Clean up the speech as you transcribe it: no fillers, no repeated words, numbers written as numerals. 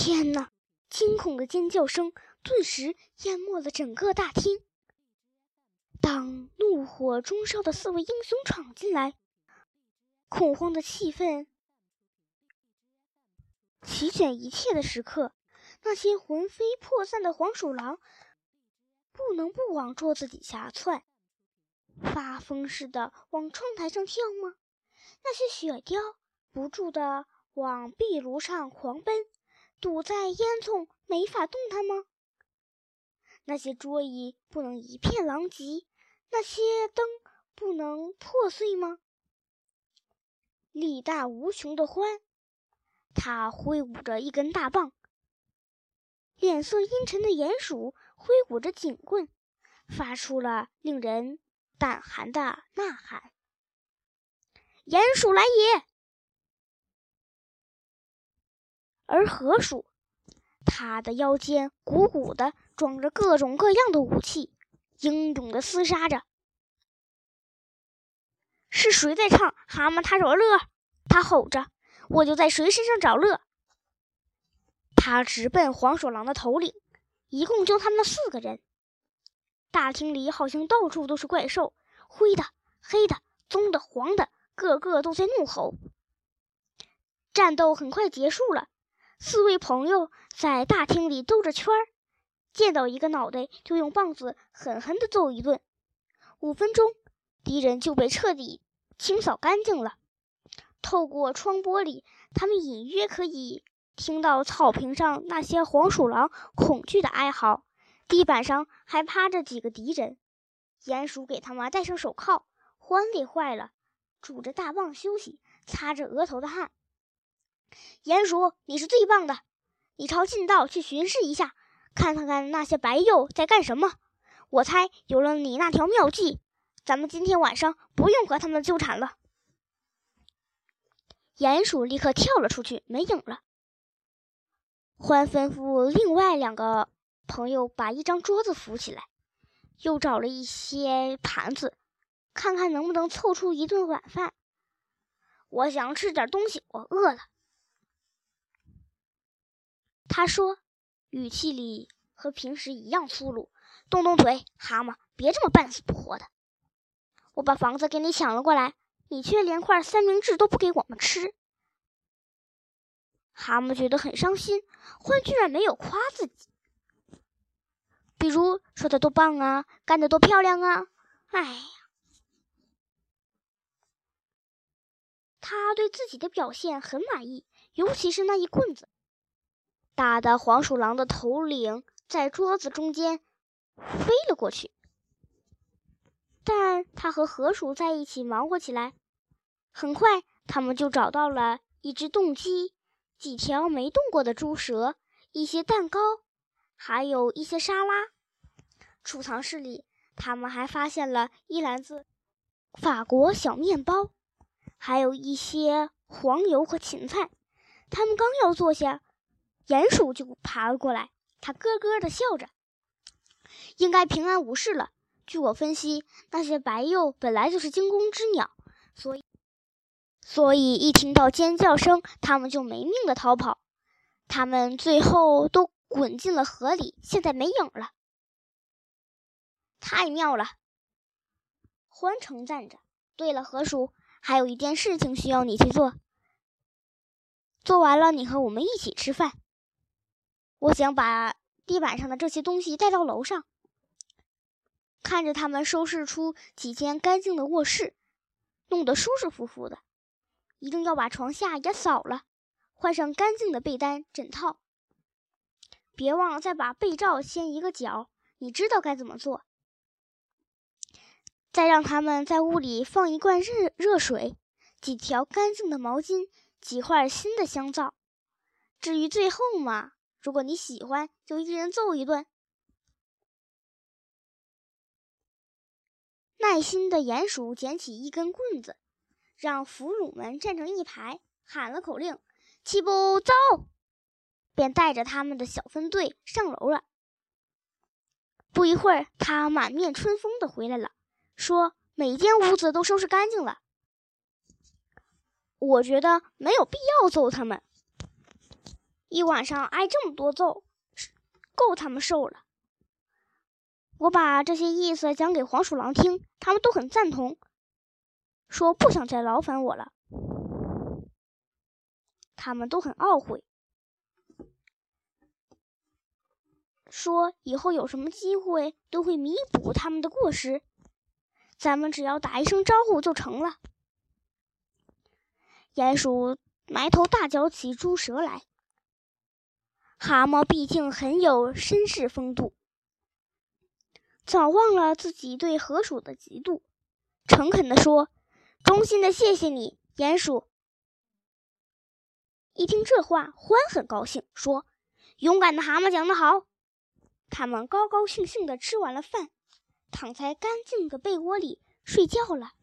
天哪！惊恐的尖叫声顿时淹没了整个大厅。当怒火中烧的4位英雄闯进来，恐慌的气氛席卷一切的时刻，那些魂飞魄散的黄鼠狼不能不往桌子底下窜，发疯似的往窗台上跳吗？那些雪貂不住地往壁炉上狂奔，堵在烟囱没法动弹吗？那些桌椅不能一片狼藉，那些灯不能破碎吗？力大无穷的欢，他挥舞着一根大棒，脸色阴沉的鼹鼠挥舞着警棍，发出了令人胆寒的呐喊：鼹鼠来也！而河鼠，他的腰间鼓鼓地装着各种各样的武器，英勇地厮杀着。是谁在唱蛤蟆他找乐？他吼着，我就在谁身上找乐。他直奔黄鼠狼的头领，一共就他们4个人。大厅里好像到处都是怪兽，灰的、黑的、棕的、黄的，个个都在怒吼。战斗很快结束了，4位朋友在大厅里兜着圈儿，见到一个脑袋就用棒子狠狠地揍一顿。5分钟，敌人就被彻底清扫干净了。透过窗玻璃，他们隐约可以听到草坪上那些黄鼠狼恐惧的哀嚎，地板上还趴着几个敌人。鼹鼠给他们戴上手铐，欢累坏了，拄着大棒休息，擦着额头的汗。鼹鼠，你是最棒的，你朝近道去巡视一下，看看那些白鼬在干什么。我猜有了你那条妙计，咱们今天晚上不用和他们纠缠了。鼹鼠立刻跳了出去，没影了。獾吩咐另外2个朋友把一张桌子扶起来，又找了一些盘子，看看能不能凑出一顿晚饭。我想吃点东西，我饿了。他说，语气里和平时一样粗鲁。动动腿，蛤蟆，别这么半死不活的。我把房子给你抢了过来，你却连块三明治都不给我们吃。蛤蟆觉得很伤心，獾居然没有夸自己，比如说的多棒啊，干得多漂亮啊。哎呀，他对自己的表现很满意，尤其是那一棍子，打得黄鼠狼的头领在桌子中间飞了过去。但他和河鼠在一起忙活起来，很快他们就找到了一只冻鸡，几条没动过的猪舌，一些蛋糕，还有一些沙拉。储藏室里，他们还发现了一篮子法国小面包，还有一些黄油和芹菜。他们刚要坐下，鼹鼠就爬了过来，他咯咯地笑着。应该平安无事了。据我分析，那些白鼬本来就是惊弓之鸟，所以一听到尖叫声，他们就没命地逃跑。他们最后都滚进了河里，现在没影了。太妙了，獾称赞着。对了，河鼠，还有一件事情需要你去做。做完了，你和我们一起吃饭。我想把地板上的这些东西带到楼上。看着他们收拾出几间干净的卧室，弄得舒舒服服的。一定要把床下也扫了，换上干净的被单枕套。别忘了再把被罩掀一个角，你知道该怎么做。再让他们在屋里放一罐热水，几条干净的毛巾，几块新的香皂。至于最后嘛，如果你喜欢，就一人揍一顿。耐心的鼹鼠捡起一根棍子，让俘虏们站成一排，喊了口令：“齐步走！”便带着他们的小分队上楼了。不一会儿，他满面春风地回来了，说：“每间屋子都收拾干净了。我觉得没有必要揍他们。 一晚上挨这么多揍，够他们受了。我把这些意思讲给黄鼠狼听，他们都很赞同，说不想再劳烦我了。他们都很懊悔，说以后有什么机会都会弥补他们的过失，咱们只要打一声招呼就成了。鼹鼠埋头大嚼起猪舌来。蛤蟆毕竟很有绅士风度，早忘了自己对河鼠的嫉妒，诚恳地说：“衷心的谢谢你，鼹鼠。”一听这话，獾很高兴，说：“勇敢的蛤蟆讲得好。”他们高高兴兴地吃完了饭，躺在干净的被窝里睡觉了。